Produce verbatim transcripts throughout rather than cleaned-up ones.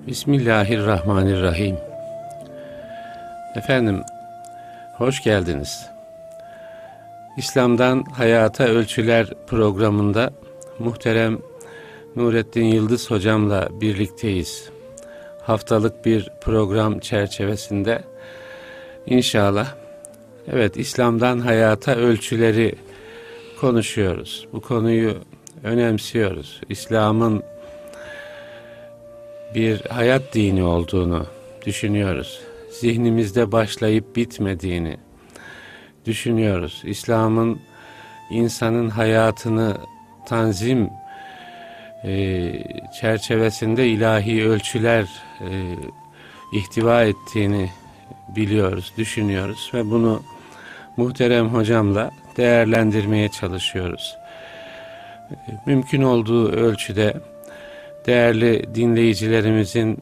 Bismillahirrahmanirrahim. Efendim, hoş geldiniz. İslam'dan Hayata Ölçüler programında muhterem Nurettin Yıldız hocamla birlikteyiz. Haftalık bir program çerçevesinde inşallah, evet, İslam'dan hayata ölçüleri konuşuyoruz. Bu konuyu önemsiyoruz. İslam'ın bir hayat dini olduğunu düşünüyoruz. Zihnimizde başlayıp bitmediğini düşünüyoruz. İslam'ın insanın hayatını tanzim e, çerçevesinde ilahi ölçüler e, ihtiva ettiğini biliyoruz, düşünüyoruz ve bunu muhterem hocamla değerlendirmeye çalışıyoruz. Mümkün olduğu ölçüde değerli dinleyicilerimizin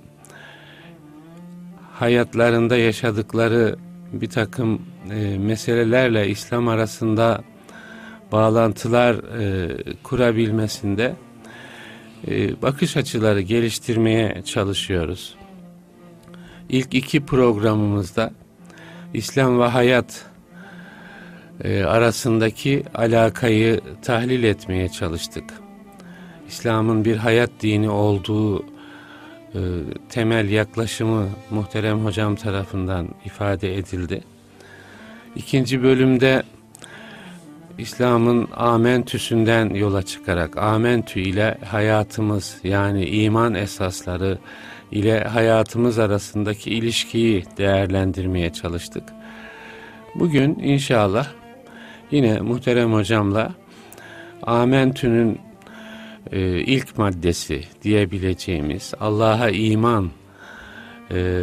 hayatlarında yaşadıkları bir takım e, meselelerle İslam arasında bağlantılar e, kurabilmesinde e, bakış açıları geliştirmeye çalışıyoruz. İlk iki programımızda İslam ve hayat e, arasındaki alakayı tahlil etmeye çalıştık. İslam'ın bir hayat dini olduğu e, temel yaklaşımı muhterem hocam tarafından ifade edildi. İkinci bölümde İslam'ın amentüsünden yola çıkarak amentü ile hayatımız, yani iman esasları ile hayatımız arasındaki ilişkiyi değerlendirmeye çalıştık. Bugün inşallah yine muhterem hocamla amentünün e, ilk maddesi diyebileceğimiz Allah'a iman e,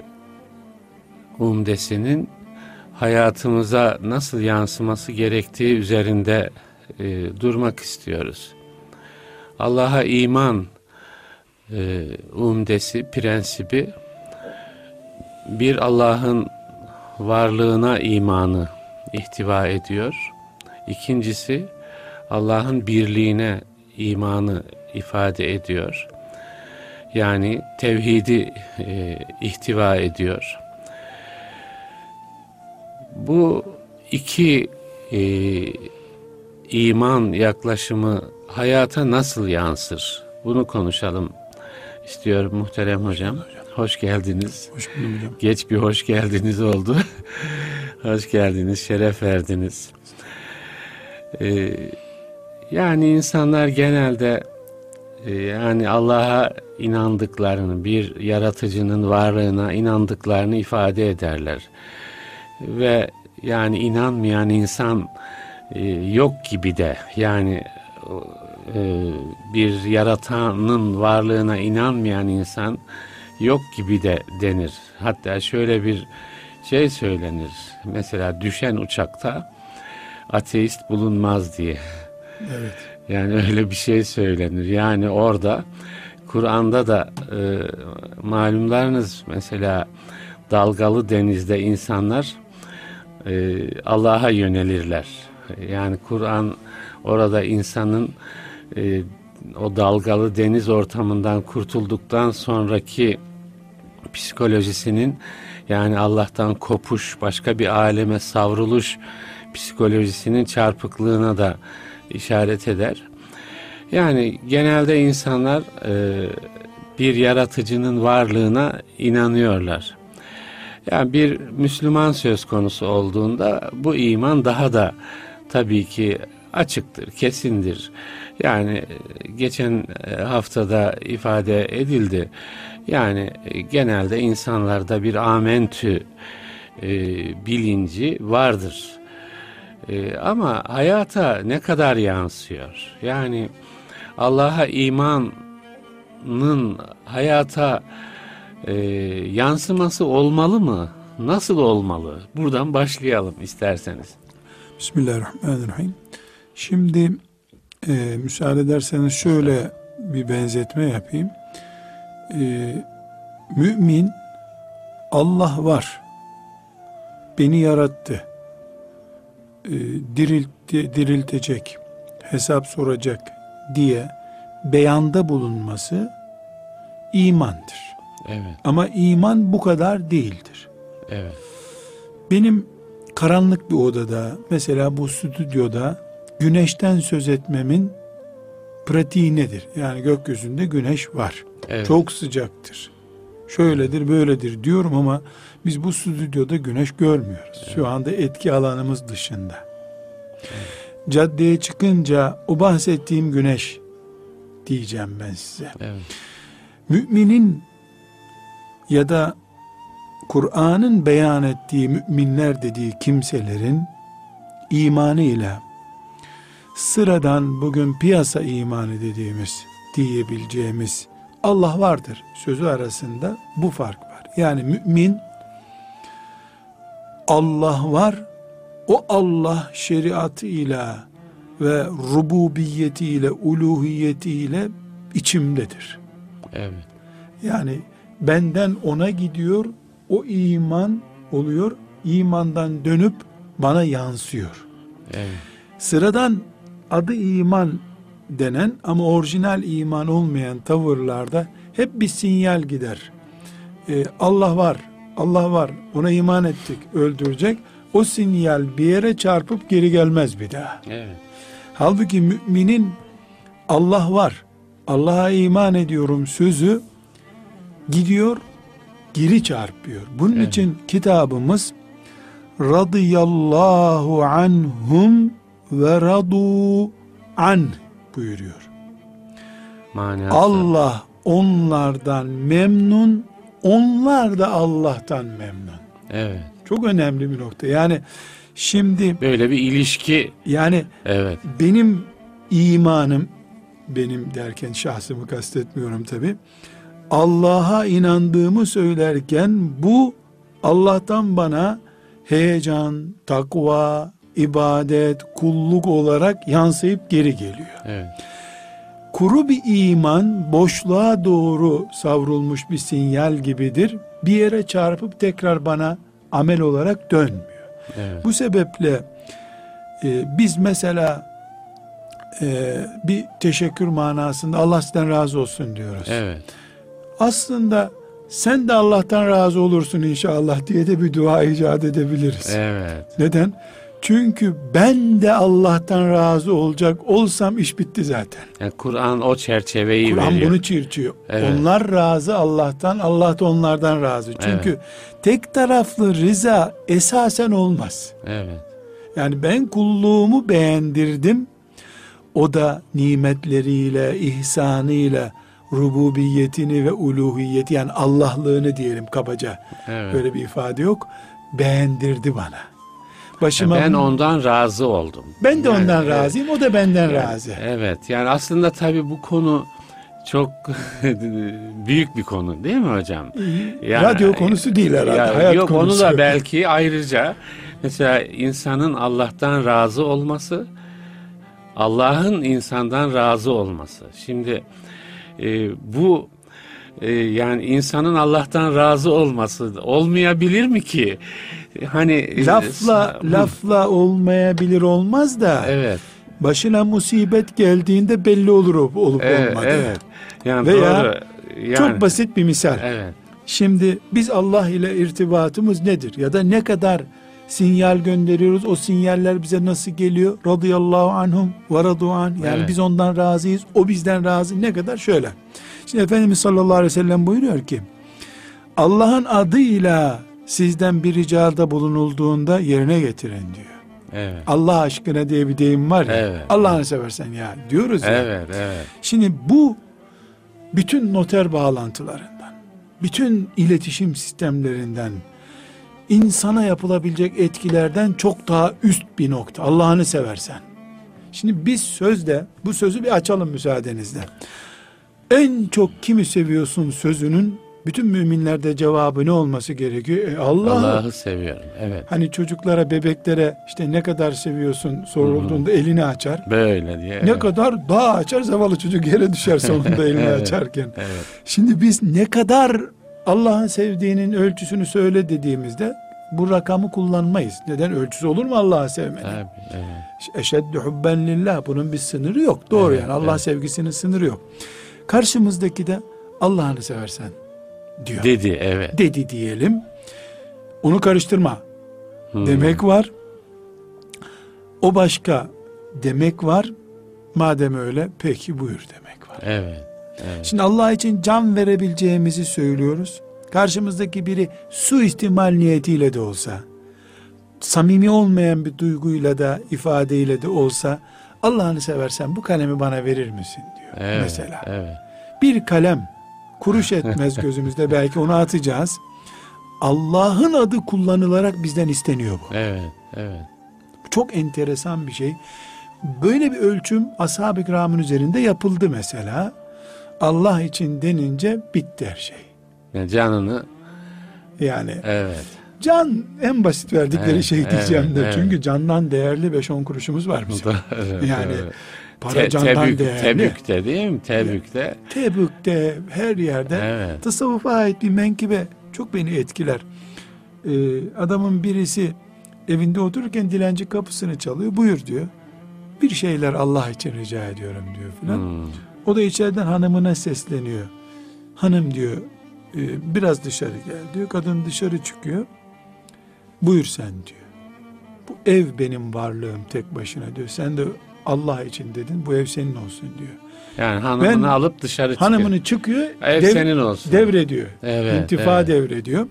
umdesinin hayatımıza nasıl yansıması gerektiği üzerinde e, durmak istiyoruz. Allah'a iman e, umdesi, prensibi, bir Allah'ın varlığına imanı ihtiva ediyor. İkincisi, Allah'ın birliğine imanı ifade ediyor. Yani tevhidi e, ihtiva ediyor. Bu iki e, iman yaklaşımı hayata nasıl yansır? Bunu konuşalım istiyorum muhterem hocam. Hoş geldiniz. Hoş buldum hocam. Geç bir hoş geldiniz oldu. Hoş geldiniz, şeref verdiniz. Ee, yani insanlar genelde e, yani Allah'a inandıklarını, bir yaratıcının varlığına inandıklarını ifade ederler. Ve yani inanmayan insan e, yok gibi de, yani e, bir yaratanın varlığına inanmayan insan yok gibi de denir. Hatta şöyle bir şey söylenir. Mesela düşen uçakta ateist bulunmaz diye. Evet. Yani öyle bir şey söylenir. Yani orada Kur'an'da da e, malumlarınız, mesela dalgalı denizde insanlar e, Allah'a yönelirler. Yani Kur'an orada insanın e, o dalgalı deniz ortamından kurtulduktan sonraki psikolojisinin, yani Allah'tan kopuş, başka bir aleme savruluş psikolojisinin çarpıklığına da işaret eder. Yani genelde insanlar e, bir yaratıcının varlığına inanıyorlar. Yani bir Müslüman söz konusu olduğunda bu iman daha da tabii ki açıktır, kesindir. Yani geçen haftada ifade edildi. Yani genelde insanlarda bir amentü e, bilinci vardır. E, ama hayata ne kadar yansıyor? Yani Allah'a imanın hayata e, yansıması olmalı mı? Nasıl olmalı? Buradan başlayalım isterseniz. Bismillahirrahmanirrahim. Şimdi e, müsaade ederseniz şöyle bir benzetme yapayım. E, mümin Allah var, beni yarattı, e, diriltti, diriltecek, hesap soracak diye beyanda bulunması imandır. Evet. Ama iman bu kadar değildir. Evet. Benim karanlık bir odada, mesela bu stüdyoda güneşten söz etmemin pratiği nedir? Yani gökyüzünde güneş var. Evet. Çok sıcaktır. Şöyledir, böyledir diyorum ama biz bu stüdyoda güneş görmüyoruz. Evet. Şu anda etki alanımız dışında. Evet. Caddeye çıkınca o bahsettiğim güneş diyeceğim ben size. Evet. Müminin ya da Kur'an'ın beyan ettiği müminler dediği kimselerin imanıyla sıradan bugün piyasa imanı dediğimiz, diyebileceğimiz Allah vardır sözü arasında bu fark var. Yani mümin Allah var, o Allah şeriatıyla ve rububiyetiyle, uluhiyetiyle içimdedir. Evet. Yani benden ona gidiyor, o iman oluyor, imandan dönüp bana yansıyor. Evet. Sıradan adı iman denen ama orijinal iman olmayan tavırlarda hep bir sinyal gider. Ee, Allah var, Allah var, ona iman ettik, öldürecek. O sinyal bir yere çarpıp geri gelmez bir daha. Evet. Halbuki müminin Allah var, Allah'a iman ediyorum sözü gidiyor, geri çarpıyor. Bunun evet. için kitabımız radıyallahu anhum ve radu an buyuruyor. Manası. Allah onlardan memnun, onlar da Allah'tan memnun. Evet. Çok önemli bir nokta. Yani şimdi böyle bir ilişki. Yani evet. benim imanım, benim derken şahsımı kastetmiyorum tabii. Allah'a inandığımı söylerken bu Allah'tan bana heyecan, takva, ibadet, kulluk olarak yansıyıp geri geliyor. Evet. Kuru bir iman boşluğa doğru savrulmuş bir sinyal gibidir. Bir yere çarpıp tekrar bana amel olarak dönmüyor. Evet. Bu sebeple e, biz mesela e, bir teşekkür manasında Allah sizden razı olsun diyoruz. Evet. Aslında sen de Allah'tan razı olursun inşallah diye de bir dua icat edebiliriz. Evet. Neden? Çünkü ben de Allah'tan razı olacak olsam iş bitti zaten. Yani Kur'an o çerçeveyi Kur'an veriyor. bunu çiğitiyor. Evet. Onlar razı Allah'tan, Allah da onlardan razı. Çünkü evet. tek taraflı rıza esasen olmaz. Evet. Yani ben kulluğumu beğendirdim. O da nimetleriyle, ihsanıyla, rububiyetini ve uluhiyeti, yani Allah'lığını diyelim kabaca. Evet. Böyle bir ifade yok. Beğendirdi bana. Başıma ben ondan razı oldum. Ben de yani, ondan razıyım. O da benden yani, razı. Evet. Yani aslında tabii bu konu çok büyük bir konu değil mi hocam? Yani, radyo konusu değil herhalde. Ya, hayat yok konusu. onu da belki ayrıca mesela insanın Allah'tan razı olması, Allah'ın insandan razı olması. Şimdi e, bu e, yani insanın Allah'tan razı olması olmayabilir mi ki? Hani lafla e, lafla olmayabilir, olmaz da. Evet. Başına musibet geldiğinde belli olur olup evet, olmadı. Evet. Yani Veya doğru. Yani, çok basit bir misal. Evet. Şimdi biz Allah ile irtibatımız nedir? Ya da ne kadar sinyal gönderiyoruz? O sinyaller bize nasıl geliyor? Radıyallahu anhum ve radu an. Yani evet. biz ondan razıyız. O bizden razı. Ne kadar? Şöyle. Şimdi Efendimiz sallallahu aleyhi ve sellem buyuruyor ki Allah'ın adıyla sizden bir ricada bulunulduğunda yerine getirin diyor. Evet. Allah aşkına diye bir deyim var ya. Evet. Allah'ını seversen ya diyoruz ya. Evet, evet. Şimdi bu bütün noter bağlantılarından, bütün iletişim sistemlerinden, insana yapılabilecek etkilerden çok daha üst bir nokta. Allah'ını seversen. Şimdi biz sözde, bu sözü bir açalım müsaadenizle. En çok kimi seviyorsun sözünün bütün müminlerde cevabı ne olması gerekiyor? E Allah. Allah'ı seviyorum. Evet. Hani çocuklara, bebeklere işte ne kadar seviyorsun sorulduğunda Hı-hı. elini açar. Böyle diye. Ne evet. kadar daha açar, zavallı çocuk yere düşer sonunda elini evet, açarken. Evet. Şimdi biz ne kadar Allah'ın sevdiğinin ölçüsünü söyle dediğimizde bu rakamı kullanmayız. Neden? Ölçüsü olur mu Allah'ı sevmenin? Evet, evet. Eşeddü hubben lillah. Bunun bir sınırı yok. Doğru evet, yani Allah evet. sevgisinin sınırı yok. Karşımızdaki de Allah'ını seversen diyor. Dedi, evet. Dedi diyelim. Onu karıştırma. Hmm. Demek var. O başka demek var. Madem öyle peki buyur demek var. Evet. Evet. Şimdi Allah için can verebileceğimizi söylüyoruz. Karşımızdaki biri suistimal niyetiyle de olsa, samimi olmayan bir duyguyla da ifadeyle de olsa, Allah'ını seversen bu kalemi bana verir misin diyor. Evet, Mesela. Evet. Bir kalem kuruş etmez gözümüzde, belki onu atacağız. Allah'ın adı kullanılarak bizden isteniyor bu. Evet. Evet. Çok enteresan bir şey. Böyle bir ölçüm ashab-ı kiramın üzerinde yapıldı mesela. Allah için denince bitti her şey. Yani canını. Yani Evet. can en basit verdikleri Evet, şey diyeceğim evet, de. evet. Çünkü candan değerli beş on kuruşumuz var bizim. Evet, Yani evet. para Te, candan tebük, değerli. Tebük'te değil mi? Tebük'te. Tebük'te, her yerde. Evet. Tasavvufa ait bir menkıbe çok beni etkiler. Ee, adamın birisi evinde otururken dilenci kapısını çalıyor. Buyur diyor. Bir şeyler Allah için rica ediyorum diyor filan. Hmm. O da içeriden hanımına sesleniyor. Hanım diyor, e, biraz dışarı gel diyor. Kadın dışarı çıkıyor. Buyur sen diyor. Bu ev benim varlığım tek başına diyor. Sen de Allah için dedin. Bu ev senin olsun diyor. Yani hanımını Ben, alıp dışarı çıkıyor. Hanımını çıkıyor. Ev dev, senin olsun. Devrediyor. Evet, İntifa evet. devrediyor.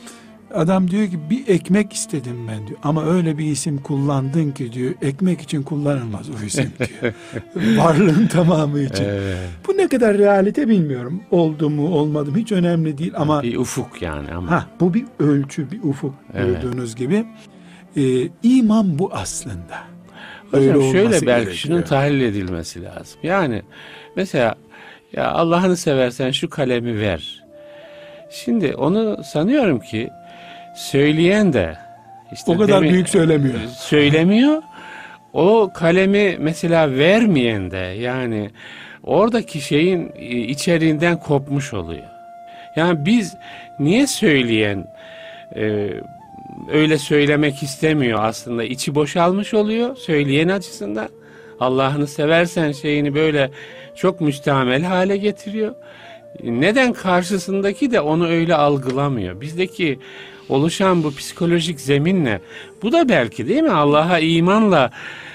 Adam diyor ki bir ekmek istedim ben diyor. Ama öyle bir isim kullandın ki diyor. Ekmek için kullanılmaz o isim diyor. Varlığın tamamı için. Evet. Bu ne kadar realite bilmiyorum. Oldu mu olmadı mı hiç önemli değil ama Bir ufuk yani ama. ha, bu bir ölçü, bir ufuk, Evet. gördüğünüz gibi. Ee, iman bu aslında. Hocam Öyle şöyle olması belki gerekiyor. şunun tahlil edilmesi lazım. Yani mesela ya Allah'ını seversen şu kalemi ver. Şimdi onu sanıyorum ki söyleyen de işte O kadar demi- büyük söylemiyor. Söylemiyor. O kalemi mesela vermeyen de yani oradaki şeyin içeriğinden kopmuş oluyor. Yani biz niye söyleyen e, öyle söylemek istemiyor aslında, içi boşalmış oluyor söyleyen açısından. Allah'ını seversen şeyini böyle çok müstamel hale getiriyor. Neden karşısındaki de onu öyle algılamıyor? Bizdeki oluşan bu psikolojik zeminle, bu da belki değil mi Allah'a imanla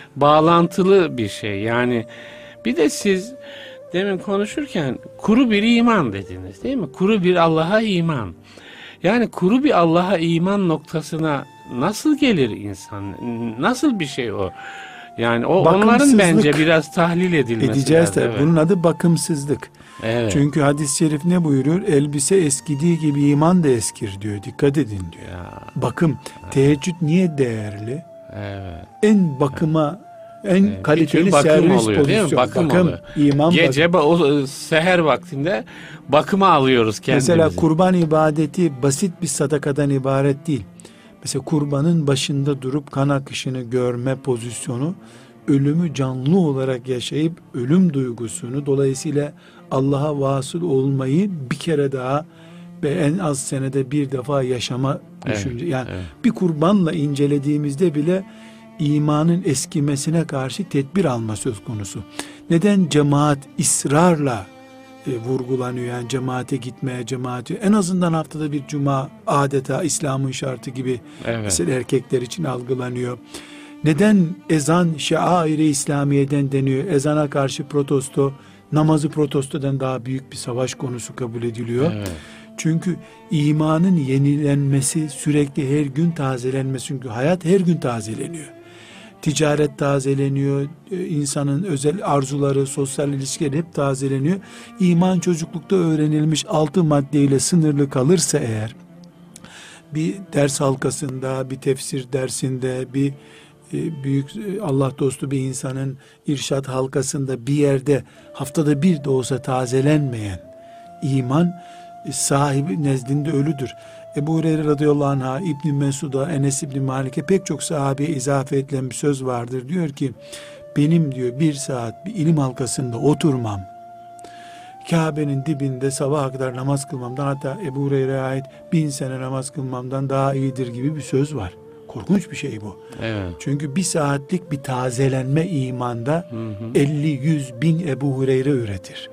bağlantılı bir şey. Yani bir de siz demin konuşurken kuru bir iman dediniz değil mi? Kuru bir Allah'a iman. Yani kuru bir Allah'a iman noktasına nasıl gelir insan? Nasıl bir şey o? Yani o onların Bakımsızlık bence biraz tahlil edilmesi edeceğiz lazım. tabii. Evet. Bunun adı bakımsızlık. Evet. Çünkü hadis-i şerif ne buyuruyor? Elbise eskidiği gibi iman da eskir diyor. Dikkat edin diyor. Ya, Bakım. Teheccüd niye değerli? evet. En bakıma, en Evet. kaliteli Bir tür bakım servis oluyor, değil mi? pozisyon. Bakım oluyor. iman Gece bakım. ba- o seher vaktinde bakıma alıyoruz kendimizi. Mesela kurban ibadeti basit bir sadakadan ibaret değil. Mesela kurbanın başında durup kan akışını görme pozisyonu, ölümü canlı olarak yaşayıp ölüm duygusunu, dolayısıyla Allah'a vasıl olmayı bir kere daha ve en az senede bir defa yaşama Evet, düşünce. Yani evet. bir kurbanla incelediğimizde bile imanın eskimesine karşı tedbir alma söz konusu. Neden cemaat ısrarla e, vurgulanıyor? Yani cemaate gitmeye, cemaate en azından haftada bir cuma adeta İslam'ın şartı gibi Evet. mesela erkekler için algılanıyor. Neden ezan şair-i İslamiye'den deniyor? Ezana karşı protesto, namazı protestodan daha büyük bir savaş konusu kabul ediliyor. Evet. Çünkü imanın yenilenmesi, sürekli her gün tazelenmesi. Çünkü hayat her gün tazeleniyor. Ticaret tazeleniyor, insanın özel arzuları, sosyal ilişkileri hep tazeleniyor. İman çocuklukta öğrenilmiş altı maddeyle sınırlı kalırsa eğer, bir ders halkasında, bir tefsir dersinde, bir büyük Allah dostu bir insanın irşat halkasında bir yerde haftada bir de olsa tazelenmeyen iman sahibi nezdinde ölüdür. Ebu Hureyre radıyallahu anh'a, İbn Mesud'a, Enes İbn Malik'e pek çok sahabeye izafe edilen bir söz vardır. Diyor ki benim diyor bir saat bir ilim halkasında oturmam, Kabe'nin dibinde sabaha kadar namaz kılmamdan, hatta Ebu Hureyre'ye ait bin sene namaz kılmamdan daha iyidir gibi bir söz var. Korkunç bir şey bu. Evet. Çünkü bir saatlik bir tazelenme imanda Hı hı. elli yüz bin Ebu Hureyre üretir.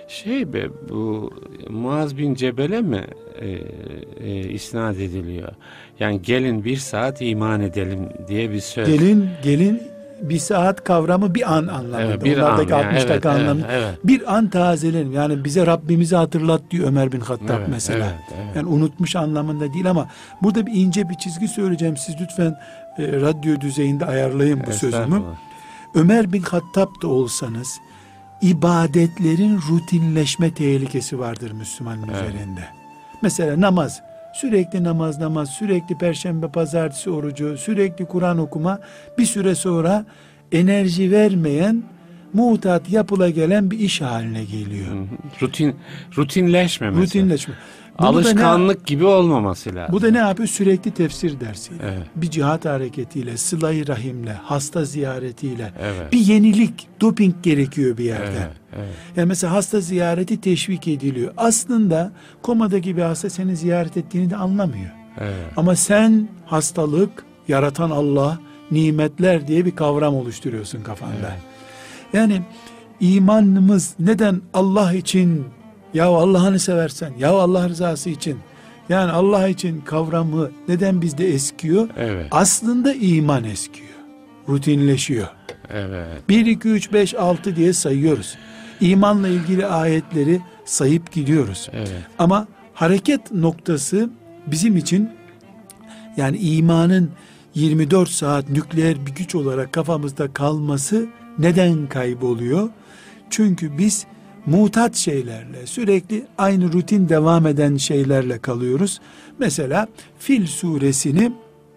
Şey be, bu Muaz bin Cebel'e mi e, e, isnat ediliyor? Yani gelin bir saat iman edelim diye bir söz. Gelin, gelin bir saat kavramı bir an anlamında. Evet, bir Onlardaki an, yani, altmış dakika evet, anlamında. evet, evet. Bir an tazelenin. Yani bize Rabbimizi hatırlat diyor Ömer bin Hattab Evet, mesela. evet, evet. Yani unutmuş anlamında değil ama burada bir ince bir çizgi söyleyeceğim. Siz lütfen e, radyo düzeyinde ayarlayın bu sözümü. Estağfurullah. Ömer bin Hattab da olsanız ibadetlerin rutinleşme tehlikesi vardır Müslümanın Evet. üzerinde. Mesela namaz. Sürekli namaz namaz, sürekli perşembe pazartesi orucu, sürekli Kur'an okuma bir süre sonra enerji vermeyen, muhtat yapıla gelen bir iş haline geliyor. Hı hı. Rutin rutinleşmemesi. Rutinleşme. Bunu da ne- Alışkanlık gibi olmaması lazım. Bu da ne yapıyor? Sürekli tefsir dersiyle, Evet. bir cihat hareketiyle, sıla-i rahimle, hasta ziyaretiyle, Evet. bir yenilik, doping gerekiyor bir yerde. Evet, evet. Yani mesela hasta ziyareti teşvik ediliyor. Aslında komadaki bir hasta seni ziyaret ettiğini de anlamıyor. Evet. Ama sen hastalık, yaratan Allah, nimetler diye bir kavram oluşturuyorsun kafanda. Evet. Yani imanımız neden Allah için, ya Allah'ını seversen, ya Allah rızası için, yani Allah için kavramı neden bizde eskiyor? Evet. Aslında iman eskiyor, rutinleşiyor. Evet. bir, iki, üç, beş, altı diye sayıyoruz. İmanla ilgili ayetleri sayıp gidiyoruz. Evet. Ama hareket noktası bizim için, yani imanın yirmi dört saat nükleer bir güç olarak kafamızda kalması neden kayboluyor? Çünkü biz mutat şeylerle, sürekli aynı rutin devam eden şeylerle kalıyoruz. Mesela Fil suresini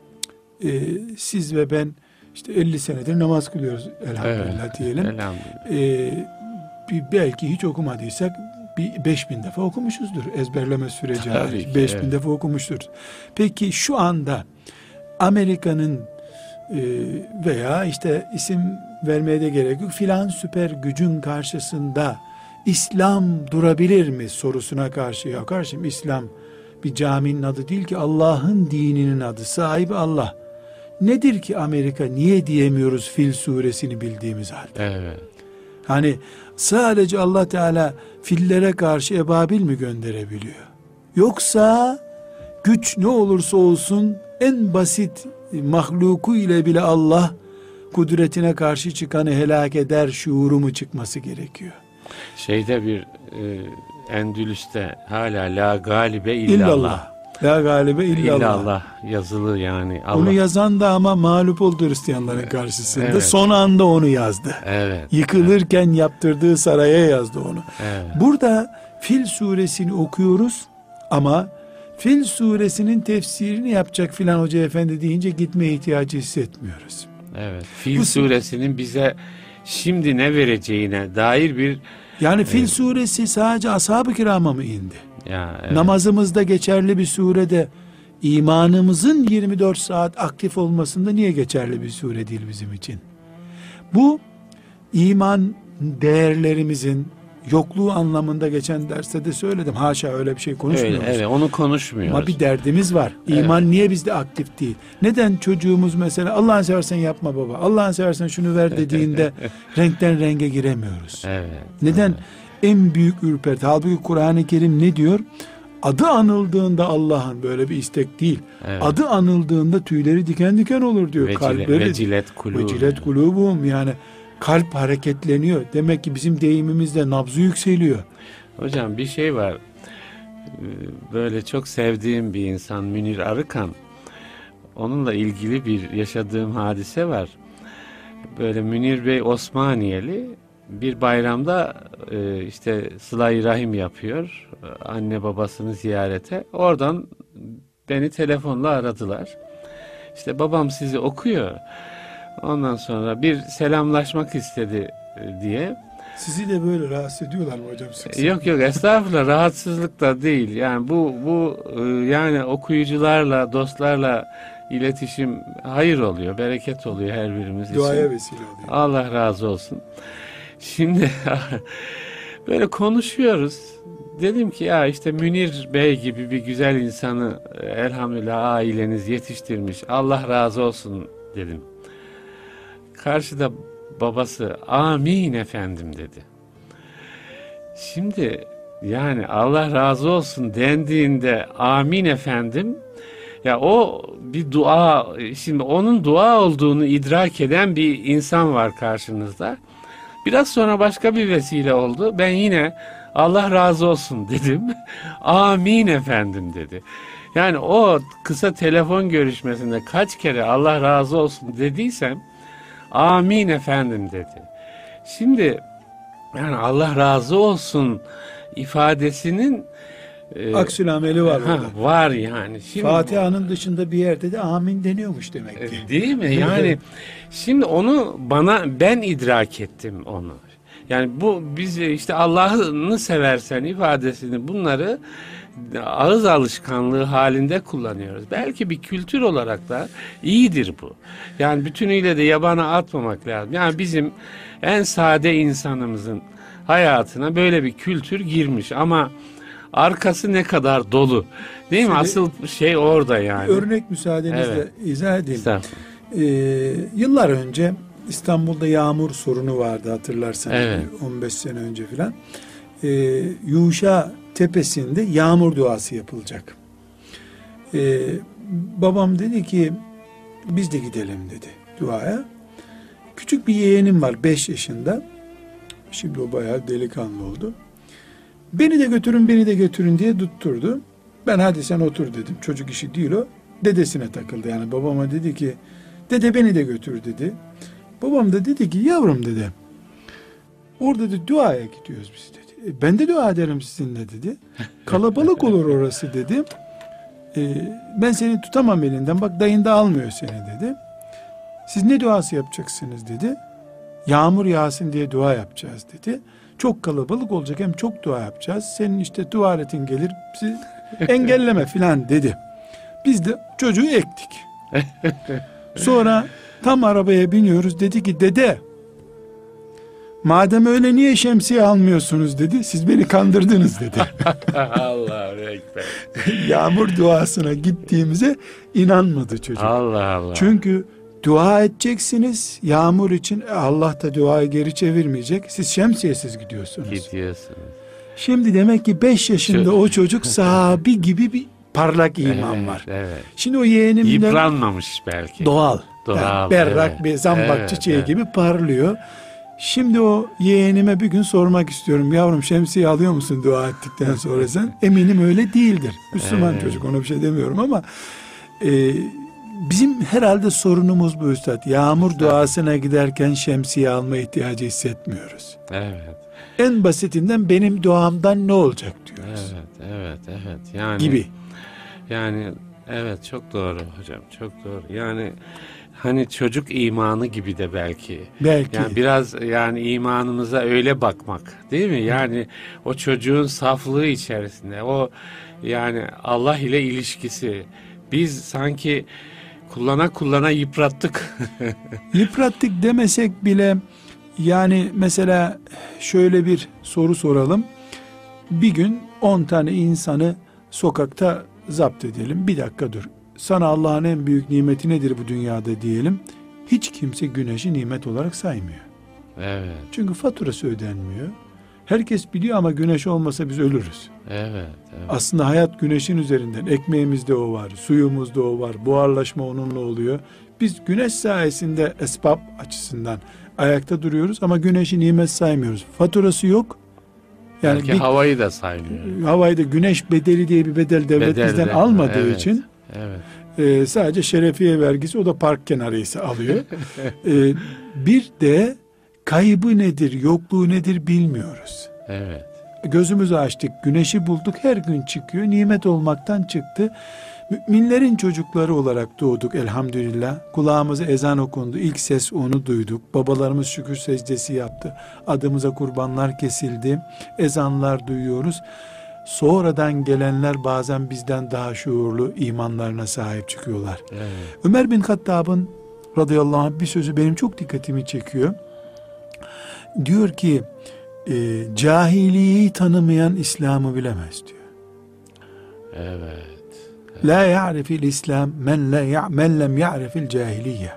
e, siz ve ben işte elli senedir namaz kılıyoruz elhamdülillah Evet. diyelim. Elhamdülillah. E, bir, belki hiç okumadıysak bir beş bin defa okumuşuzdur ezberleme süreci Tabii hariç. ki, Beş bin evet. defa okumuştur. Peki şu anda Amerika'nın e, veya işte isim vermeye de gerek yok, filan süper gücün karşısında İslam durabilir mi sorusuna karşı, ya kardeşim İslam bir caminin adı değil ki, Allah'ın dininin adı, sahibi Allah. Nedir ki Amerika, niye diyemiyoruz Fil suresini bildiğimiz halde? Evet. Hani sadece Allah Teala fillere karşı ebabil mi gönderebiliyor? Yoksa güç ne olursa olsun en basit mahluku ile bile Allah kudretine karşı çıkanı helak eder şuuru mu çıkması gerekiyor? Şeyde bir e, Endülüs'te hala la galibe illallah. İllallah. La galibe illallah. İllallah yazılı yani. Allah. Onu yazan da ama mağlup oldu Hristiyanların karşısında. Evet. Son anda onu yazdı. Evet. Yıkılırken yaptırdığı saraya yazdı onu. Evet. Burada Fil suresini okuyoruz ama Fil suresinin tefsirini yapacak filan hoca efendi deyince gitmeye ihtiyacı hissetmiyoruz. Evet. Fil Bu- suresinin bize şimdi ne vereceğine dair bir Yani Fil suresi sadece ashab-ı kirama mı indi? ya evet. Namazımızda geçerli bir surede imanımızın yirmi dört saat aktif olmasında niye geçerli bir sure değil bizim için? Bu iman değerlerimizin yokluğu anlamında geçen derste de söyledim. Haşa öyle bir şey konuşmuyoruz. Öyle, evet, onu konuşmuyoruz. Ama bir derdimiz var. İman niye bizde aktif değil? Neden çocuğumuz mesela Allah'ını seversen yapma baba, Allah'ını seversen şunu ver dediğinde renkten renge giremiyoruz? Evet. Neden? En büyük ürperti. Halbuki Kur'an-ı Kerim ne diyor? Adı anıldığında Allah'ın, böyle bir istek değil. Evet. Adı anıldığında tüyleri diken diken olur diyor. Vecile- Kalpleri, vecilet kulubum. vecilet kulubum, yani kalp hareketleniyor. Demek ki bizim deyimimizde nabzı yükseliyor. Hocam bir şey var. Ee, Böyle çok sevdiğim bir insan Münir Arıkan. Onunla ilgili bir yaşadığım hadise var. Böyle Münir Bey Osmaniyeli, bir bayramda e, işte sıla-i rahim yapıyor. Anne babasını ziyarete. Oradan beni telefonla aradılar. İşte babam sizi okuyor. Ondan sonra bir selamlaşmak istedi e, diye. Sizi de böyle rahatsız ediyorlar mı hocam? Sık sık? Yok yok, estağfurullah, rahatsızlık da değil. Yani bu bu e, yani okuyucularla, dostlarla iletişim hayır oluyor, bereket oluyor her birimiz için. Duaya vesile oluyor. Allah razı olsun. Şimdi böyle konuşuyoruz. Dedim ki ya işte Münir Bey gibi bir güzel insanı e, elhamdülillah aileniz yetiştirmiş. Allah razı olsun dedim. Karşıda babası amin efendim dedi. Şimdi yani Allah razı olsun dendiğinde amin efendim, ya o bir dua, şimdi onun dua olduğunu idrak eden bir insan var karşınızda. Biraz sonra başka bir vesile oldu. Ben yine Allah razı olsun dedim. Amin efendim dedi. Yani o kısa telefon görüşmesinde kaç kere Allah razı olsun dediysem amin efendim dedi. Şimdi yani Allah razı olsun ifadesinin e, aksül ameli var ha, orada. var yani. Şimdi, Fatiha'nın dışında bir yerde de amin deniyormuş demek ki. değil mi? Yani şimdi onu bana, ben idrak ettim onu. Yani bu biz işte Allah'ını seversen ifadesini, bunları ağız alışkanlığı halinde kullanıyoruz. Belki bir kültür olarak da iyidir bu. Yani bütünüyle de yabana atmamak lazım. Yani bizim en sade insanımızın hayatına böyle bir kültür girmiş ama arkası ne kadar dolu. Değil mi? Şimdi, asıl şey orada yani. Örnek müsaadenizle evet. izah edeyim. Ee, yıllar önce İstanbul'da yağmur sorunu vardı, hatırlarsanız. Evet. on beş sene önce filan. Ee, Yuşa tepesinde yağmur duası yapılacak. Ee, babam dedi ki biz de gidelim dedi duaya. Küçük bir yeğenim var beş yaşında. Şimdi o bayağı delikanlı oldu. Beni de götürün, beni de götürün diye tutturdu. Ben hadi sen otur dedim. Çocuk işi değil o. Dedesine takıldı. Yani babama dedi ki dede beni de götür dedi. Babam da dedi ki yavrum dedi. Orada da duaya gidiyoruz biz dedi. E, ben de dua ederim sizinle dedi. Kalabalık olur orası dedi. E, ben seni tutamam elinden. Bak dayın da almıyor seni dedi. Siz ne duası yapacaksınız dedi. Yağmur yağsın diye dua yapacağız dedi. Çok kalabalık olacak, hem çok dua yapacağız. Senin işte tuvaletin gelir, bizi engelleme filan dedi. Biz de çocuğu ektik. Sonra tam arabaya biniyoruz, dedi ki dede madem öyle niye şemsiye almıyorsunuz dedi. Siz beni kandırdınız dedi. Allahu ekber. Yağmur duasına gittiğimize inanmadı çocuk. Allah Allah. Çünkü dua edeceksiniz yağmur için, Allah da duayı geri çevirmeyecek. Siz şemsiyesiz gidiyorsunuz. Gidiyorsunuz. Şimdi demek ki beş yaşında Şu... o çocuk sahabi gibi bir parlak iman evet, var. Evet. Şimdi o yeğenimden yıpranmamış belki. Doğal. Doğal. Yani berrak evet. bir zambak evet, çiçeği evet. gibi parlıyor. Şimdi o yeğenime bir gün sormak istiyorum. Yavrum şemsiye alıyor musun dua ettikten sonra sen? Eminim öyle değildir. Müslüman evet. çocuk, ona bir şey demiyorum ama e, bizim herhalde sorunumuz bu üstad. Yağmur evet. duasına giderken şemsiye alma ihtiyacı hissetmiyoruz. Evet. En basitinden benim duamdan ne olacak diyoruz. Evet, evet, evet. Yani gibi. Yani evet, çok doğru hocam, çok doğru. Yani hani çocuk imanı gibi de belki. Belki. Yani biraz yani imanımıza öyle bakmak, değil mi? Yani o çocuğun saflığı içerisinde, o yani Allah ile ilişkisi. Biz sanki kullana kullana yıprattık. Yıprattık demesek bile yani mesela şöyle bir soru soralım. Bir gün on tane insanı sokakta zapt edelim. Bir dakika dur. Sana Allah'ın en büyük nimeti nedir bu dünyada diyelim. Hiç kimse güneşi nimet olarak saymıyor. Evet. Çünkü faturası ödenmiyor. Herkes biliyor ama güneş olmasa biz ölürüz. Evet, evet. Aslında hayat güneşin üzerinden. Ekmeğimizde o var, suyumuzda o var, buharlaşma onunla oluyor. Biz güneş sayesinde esbab açısından ayakta duruyoruz ama güneşi nimet saymıyoruz. Faturası yok. Yani belki bir, havayı da saymıyor. Havayı da güneş bedeli diye bir bedel devlet bedel bizden de, almadığı evet, için evet. E, sadece şerefiye vergisi, o da park kenarı ise alıyor. e, bir de kaybı nedir, yokluğu nedir bilmiyoruz. Evet. Gözümüzü açtık, güneşi bulduk, her gün çıkıyor, nimet olmaktan çıktı. Müminlerin çocukları olarak doğduk elhamdülillah. Kulağımıza ezan okundu, ilk ses onu duyduk. Babalarımız şükür secdesi yaptı. Adımıza kurbanlar kesildi. Ezanlar duyuyoruz. Sonradan gelenler bazen bizden daha şuurlu imanlarına sahip çıkıyorlar. Evet. Ömer bin Hattab'ın radıyallahu anh bir sözü benim çok dikkatimi çekiyor. Diyor ki e, cahiliyeyi tanımayan İslam'ı bilemez diyor. Evet. La ya'rifil İslam men la ya men lem ya'rifil cahiliye.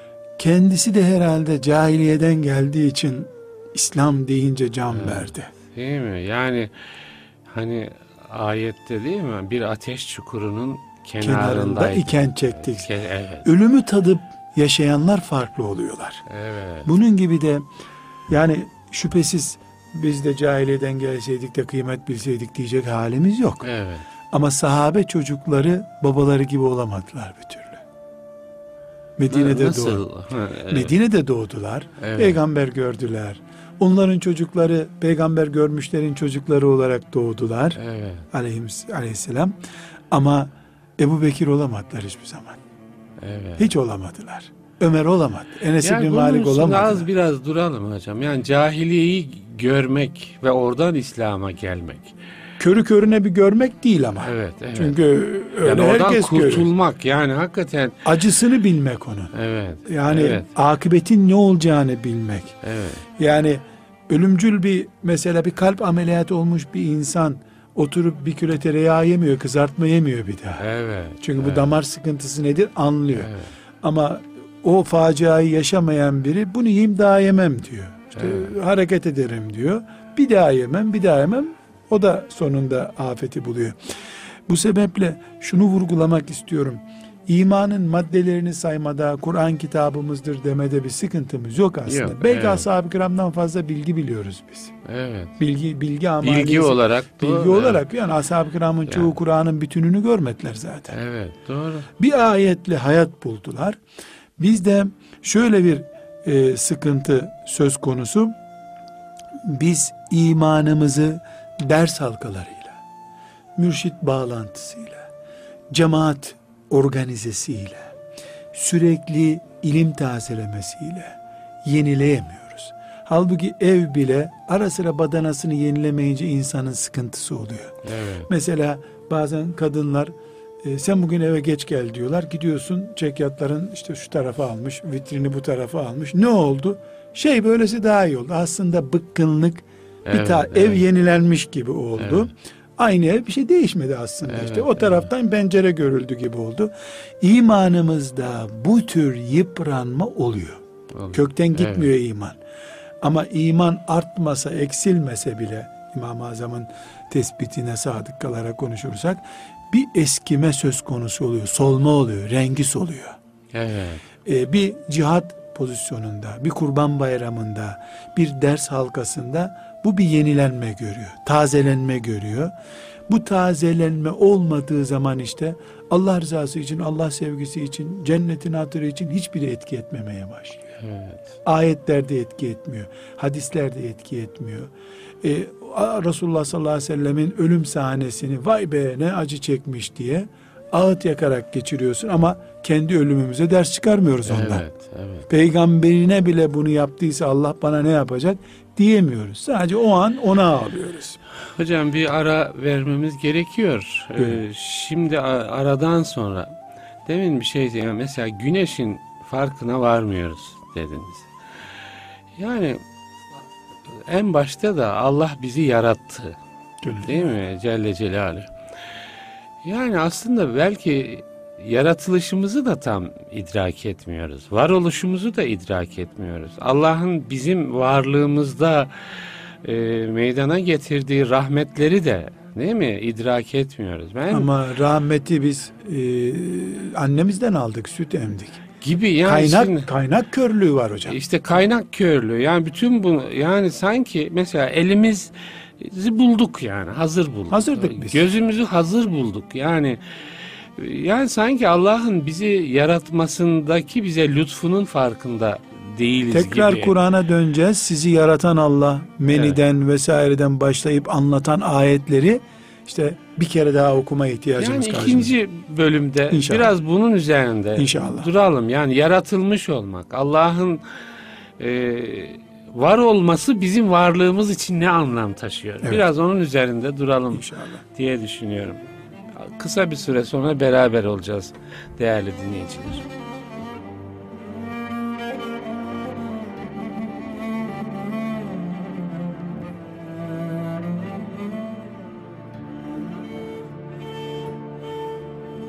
Kendisi de herhalde cahiliyeden geldiği için İslam deyince can evet. verdi. Değil mi? Yani hani ayette değil mi? Bir ateş çukurunun Kenarında kenarındaydı. iken çektik. Ke- Evet. Ölümü tadıp yaşayanlar farklı oluyorlar. Evet. Bunun gibi de yani şüphesiz biz de cahiliyeden gelseydik de kıymet bilseydik diyecek halimiz yok. Evet. Ama sahabe çocukları babaları gibi olamadılar bir türlü. Medine'de Nasıl? doğdu. Ha, evet. Medine'de doğdular. Evet. Peygamber gördüler. Onların çocukları peygamber görmüşlerin çocukları olarak doğdular. Evet. Aleyhis- Aleyhisselam. Ama Ebu Bekir olamadılar hiçbir zaman. Evet. Hiç olamadılar. Ömer olamadı. Enes Yani bin bunun Malik üstünde olamadı. az biraz duralım hocam. Yani cahiliyeyi görmek ve oradan İslam'a gelmek. Körü körüne bir görmek değil ama. Evet, evet. Çünkü öyle yani oradan herkes görür. kurtulmak yani hakikaten. Acısını bilmek onun. Evet. Yani evet, akıbetin ne olacağını bilmek. evet. Yani ölümcül bir mesela bir kalp ameliyatı olmuş bir insan oturup bir kilo tereyağı yemiyor, kızartma yemiyor bir daha. Evet. Çünkü evet, bu damar sıkıntısı nedir anlıyor. Evet. Ama o faciayı yaşamayan biri bunu yiyeyim daha yemem diyor. İşte Evet. hareket ederim diyor. Bir daha yemem, bir daha yemem. O da sonunda afeti buluyor. Bu sebeple şunu vurgulamak istiyorum. İmanın maddelerini saymada, Kur'an kitabımızdır demede bir sıkıntımız yok aslında. Yok, Belki evet. ashab-ı kiramdan fazla bilgi biliyoruz biz. Evet. Bilgi bilgi amaliyesi. Bilgi olarak. Bilgi doğru, olarak yani ashab-ı kiramın çoğu Yani. Kur'an'ın bütününü görmediler zaten. Evet. Doğru. Bir ayetle hayat buldular. Bizde şöyle bir e, sıkıntı söz konusu. Biz imanımızı ders halkalarıyla, mürşit bağlantısıyla, cemaat organizesiyle, sürekli ilim tazelemesiyle yenileyemiyoruz. Halbuki ev bile ara sıra badanasını yenilemeyince insanın sıkıntısı oluyor. Evet. Mesela bazen kadınlar e, sen bugün eve geç gel diyorlar. Gidiyorsun çekyatların işte şu tarafa almış, vitrini bu tarafa almış. Ne oldu? Şey böylesi daha iyi oldu. Aslında bıkkınlık bir Evet, ta- evet. ev yenilenmiş gibi oldu. Evet. Aynı ev bir şey değişmedi aslında. Evet, işte o taraftan pencere görüldü gibi oldu. İmanımızda bu tür yıpranma oluyor. Olur. Kökten gitmiyor iman. Ama iman artmasa, eksilmese bile İmam-ı Azam'ın tespitine sadık kalarak konuşursak bir eskime söz konusu oluyor. Solma oluyor, rengi soluyor. Evet. Ee, bir cihat pozisyonunda, bir kurban bayramında, bir ders halkasında bu bir yenilenme görüyor. Tazelenme görüyor. Bu tazelenme olmadığı zaman işte Allah rızası için, Allah sevgisi için, cennetin hatırı için hiçbiri etki etmemeye başlıyor. Evet. Ayetlerde etki etmiyor. Hadislerde etki etmiyor. Ee, Resulullah sallallahu aleyhi ve sellemin ölüm sahnesini vay be ne acı çekmiş diye ağıt yakarak geçiriyorsun ama kendi ölümümüze ders çıkarmıyoruz ondan. Evet. Evet. Peygamberine bile bunu yaptıysa Allah bana ne yapacak diyemiyoruz. Sadece o an ona ağlıyoruz. Hocam bir ara vermemiz gerekiyor. Ee, Evet. şimdi a- aradan sonra demin bir şey yani mesela güneşin farkına varmıyoruz dediniz. Yani en başta da Allah bizi yarattı. Değil mi? Celle Celaluhu. Yani aslında belki yaratılışımızı da tam idrak etmiyoruz. Varoluşumuzu da idrak etmiyoruz. Allah'ın bizim varlığımızda e, meydana getirdiği rahmetleri de değil mi? İdrak etmiyoruz. Ben Ama rahmeti biz e, annemizden aldık, süt emdik. gibi yani Kaynak şimdi- kaynak körlüğü var hocam. İşte kaynak körlüğü yani bütün bunu yani sanki mesela elimizi bulduk yani hazır bulduk. Hazırdık biz. Gözümüzü hazır bulduk yani yani sanki Allah'ın bizi yaratmasındaki bize lütfunun farkında değiliz Tekrar gibi. Kur'an'a döneceğiz. Sizi yaratan Allah, meniden vesaireden başlayıp anlatan ayetleri işte bir kere daha okumaya ihtiyacımız Yani karşımızda. ikinci bölümde İnşallah. biraz bunun üzerinde İnşallah. duralım. Yani yaratılmış olmak, Allah'ın e, var olması bizim varlığımız için ne anlam taşıyor? Evet. Biraz onun üzerinde duralım İnşallah. diye düşünüyorum. Kısa bir süre sonra beraber olacağız değerli dinleyiciler.